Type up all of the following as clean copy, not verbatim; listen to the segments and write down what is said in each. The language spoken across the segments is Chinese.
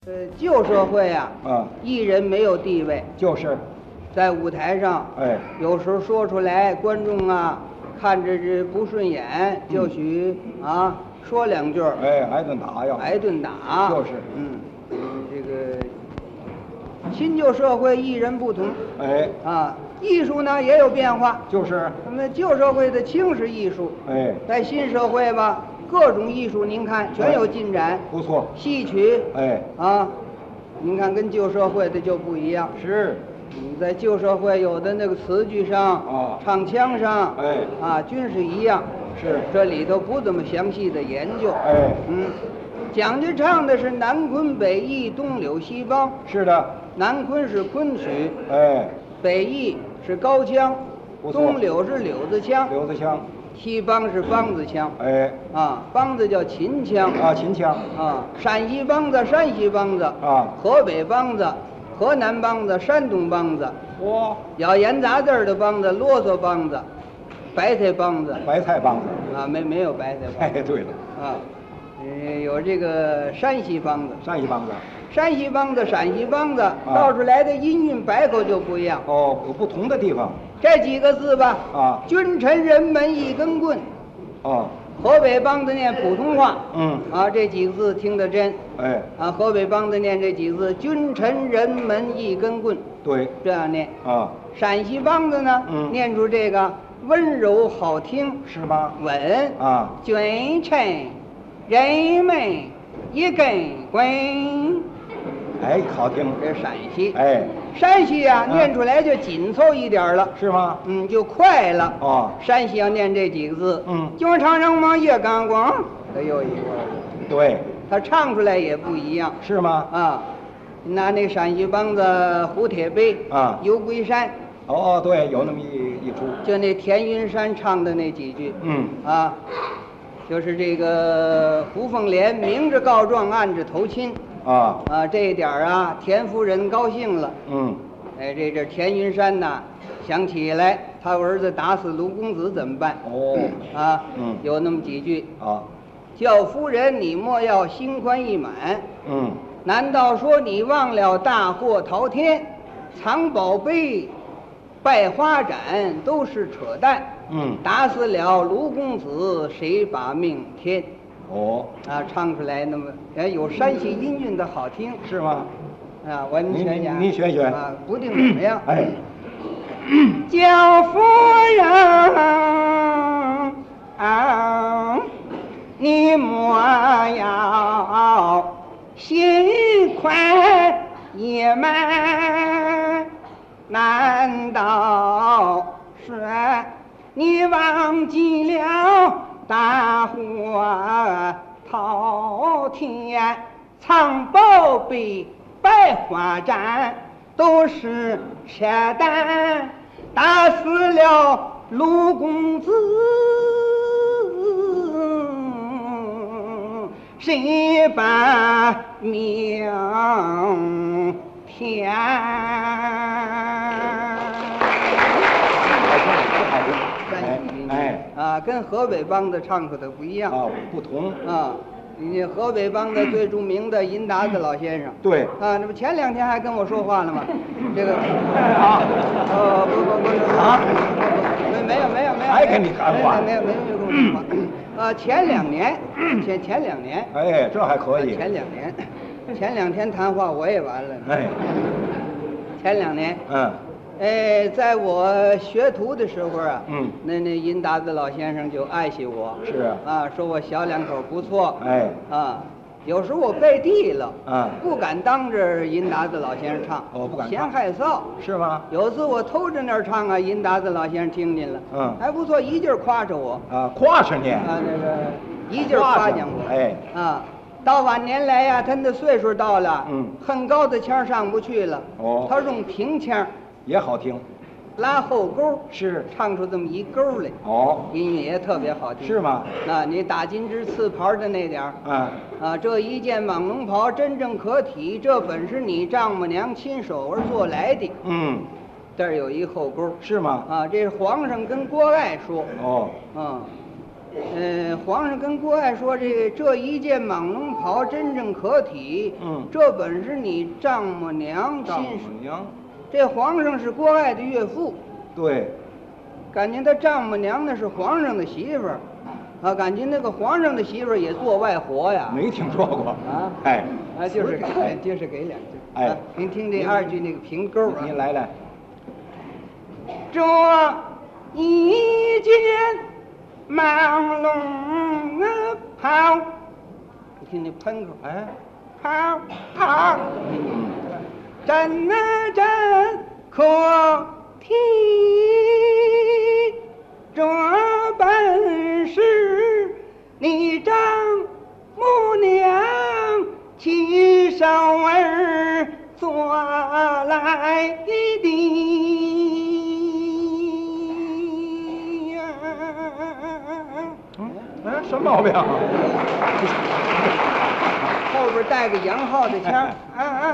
旧社会啊， 啊， 艺人没有地位， 就是， 在舞台上， 哎， 有时候说出来，观众啊看着这不顺眼，就许说两句儿， 哎，挨顿打呀， 挨顿打， 就是， 这个新旧社会艺人不同哎， 啊，艺术呢也有变化， 就是， 那么旧社会的轻视艺术， 哎， 在新社会吧，各种艺术您看全有进展， 不错， 戏曲， 哎， 您看跟旧社会的就不一样。 是， 在旧社会有的那个词句上唱腔上，均是一样。 是， 这里头不怎么详细的研究。 哎， 讲究唱的是南昆北弋，东柳西梆。 是的， 南昆是昆曲， 哎， 北弋是高腔， 不错东柳是柳子腔， 柳子腔， 西梆是梆子腔。 哎， 梆子叫秦腔， 秦腔， 陕西梆子，山西梆子，河北梆子，河南梆子，山东梆子，咬言杂字的梆子，啰嗦梆子，白菜梆子， 白菜梆子， 没有白菜梆子。 哎，对了， 有这个山西梆子， 山西梆子， 山西梆子，陕西梆子，道出来的音韵百口就不一样。 有不同的地方。 这几个字吧，君臣人们一根棍。河北梆子念普通话，这几个字听得真。 哎， 河北梆子念这几个字，君臣人们一根棍。 对， 这样念。陕西梆子呢，念出这个温柔好听， 是吗？ 稳君臣人们一根棍。 哎，好听。 这是陕西。 哎， 山西啊，念出来就紧凑一点了， 是吗？ 就快了。山西要念这几个字，就唱上嘛也干光，它有一个。 对， 它唱出来也不一样， 是吗？ 拿那陕西梆子《胡铁碑》游龟山。 对，有那么一出。 就那田云山唱的那几句，就是这个胡凤莲明着告状，暗着投亲。这一点田夫人高兴了。这田云山呐，想起来他儿子打死卢公子怎么办？有那么几句叫夫人你莫要心宽意满。难道说你忘了大祸滔天，藏宝贝，拜花展都是扯淡。打死了卢公子，谁把命添？唱出来那么有山西音韵的好听， 是吗？ 我们学讲， 你选选不定怎么样。叫夫人，你莫要心宽意满，难道是你忘记了大祸滔天，藏宝贝，百花展都是扯淡，打死了卢公子，谁把命填？跟河北梆子唱出的不一样不同你河北梆子最著名的银达子老先生， 对那不前2天还跟我说话了吗？这个不，没有， 还跟你谈话？ 没有跟我说话。前2年，前2年， 哎，这还可以。 前2年，前2天谈话我也完了。前2年，在我学徒的时候那银达子老先生就爱惜我， 是说我小2口不错，有时候我背地了，不敢当着银达子老先生唱， 不敢， 嫌害臊， 是吗？ 有次我偷着那儿唱银达子老先生听见了，还不错，一劲儿夸着我， 夸着你， 那个一劲儿夸奖我，到晚年来呀，他那岁数到了，很高的腔上不去了，他用平腔。 也好听， 拉后勾是唱出这么一勾来，音乐也特别好听， 是吗？ 你打金枝刺袍的那点儿，这一件蟒龙袍真正可体，这本是你丈母娘亲手而做来的。这儿有一后勾， 是吗？ 这是皇上跟郭爱说。 皇上跟郭爱说，这一件蟒龙袍真正可体。这本是你丈母娘亲。丈母娘， 这皇上是郭爱的岳父。 对。 感情他丈母娘那是皇上的媳妇儿，啊，感情那个皇上的媳妇儿也做外活呀。 没听说过啊？ 哎， 就是给两句。 哎， 您听这2句那个平勾啊。 您来。 这一件蟒龙袍，你听那喷口， 哎， 袍，真可体，这本是你丈母娘亲手儿做来的。 什么毛病？ 后边带个杨浩的腔儿，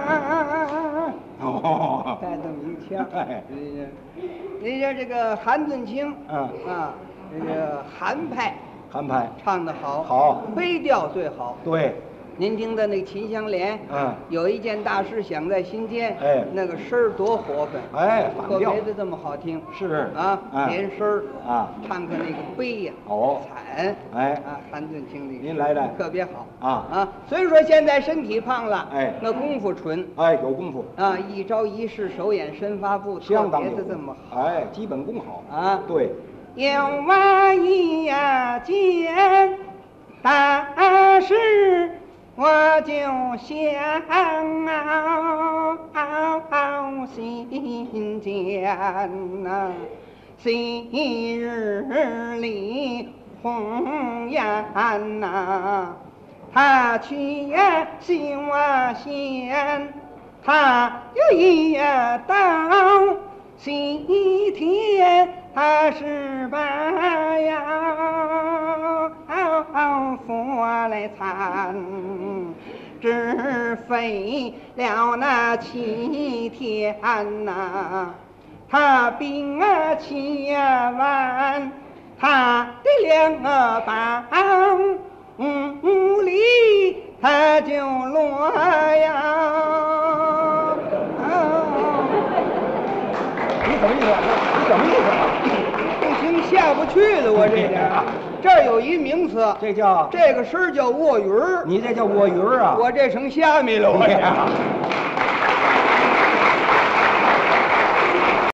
带这么一腔。人家这个韩俊清，这个韩派唱得好，飞调最好。 对。 您听的那《秦香莲》，有一件大事想在心间，那个声儿多活泛，特别的这么好听， 是啊，连声儿啊， 唱个那个悲呀，惨，韩俊清那个， 您来， 特别好啊， 所以说现在身体胖了，那功夫纯， 有功夫啊，一招一式，手眼身发步， 相当的这么好， 基本功好啊， 对， 有我一件大事。我就想心间呐，昔日里红颜呐，他去呀西洼县，他有一道西天，他是把呀佛来参。只费了那7天呐，他兵7万，他的2帮里他就落呀。 你什么意思？ 不行，下不去了，我这点。这儿有一名词，这个声叫卧云儿。 你这叫卧云儿啊？ 我这成虾米了，我这。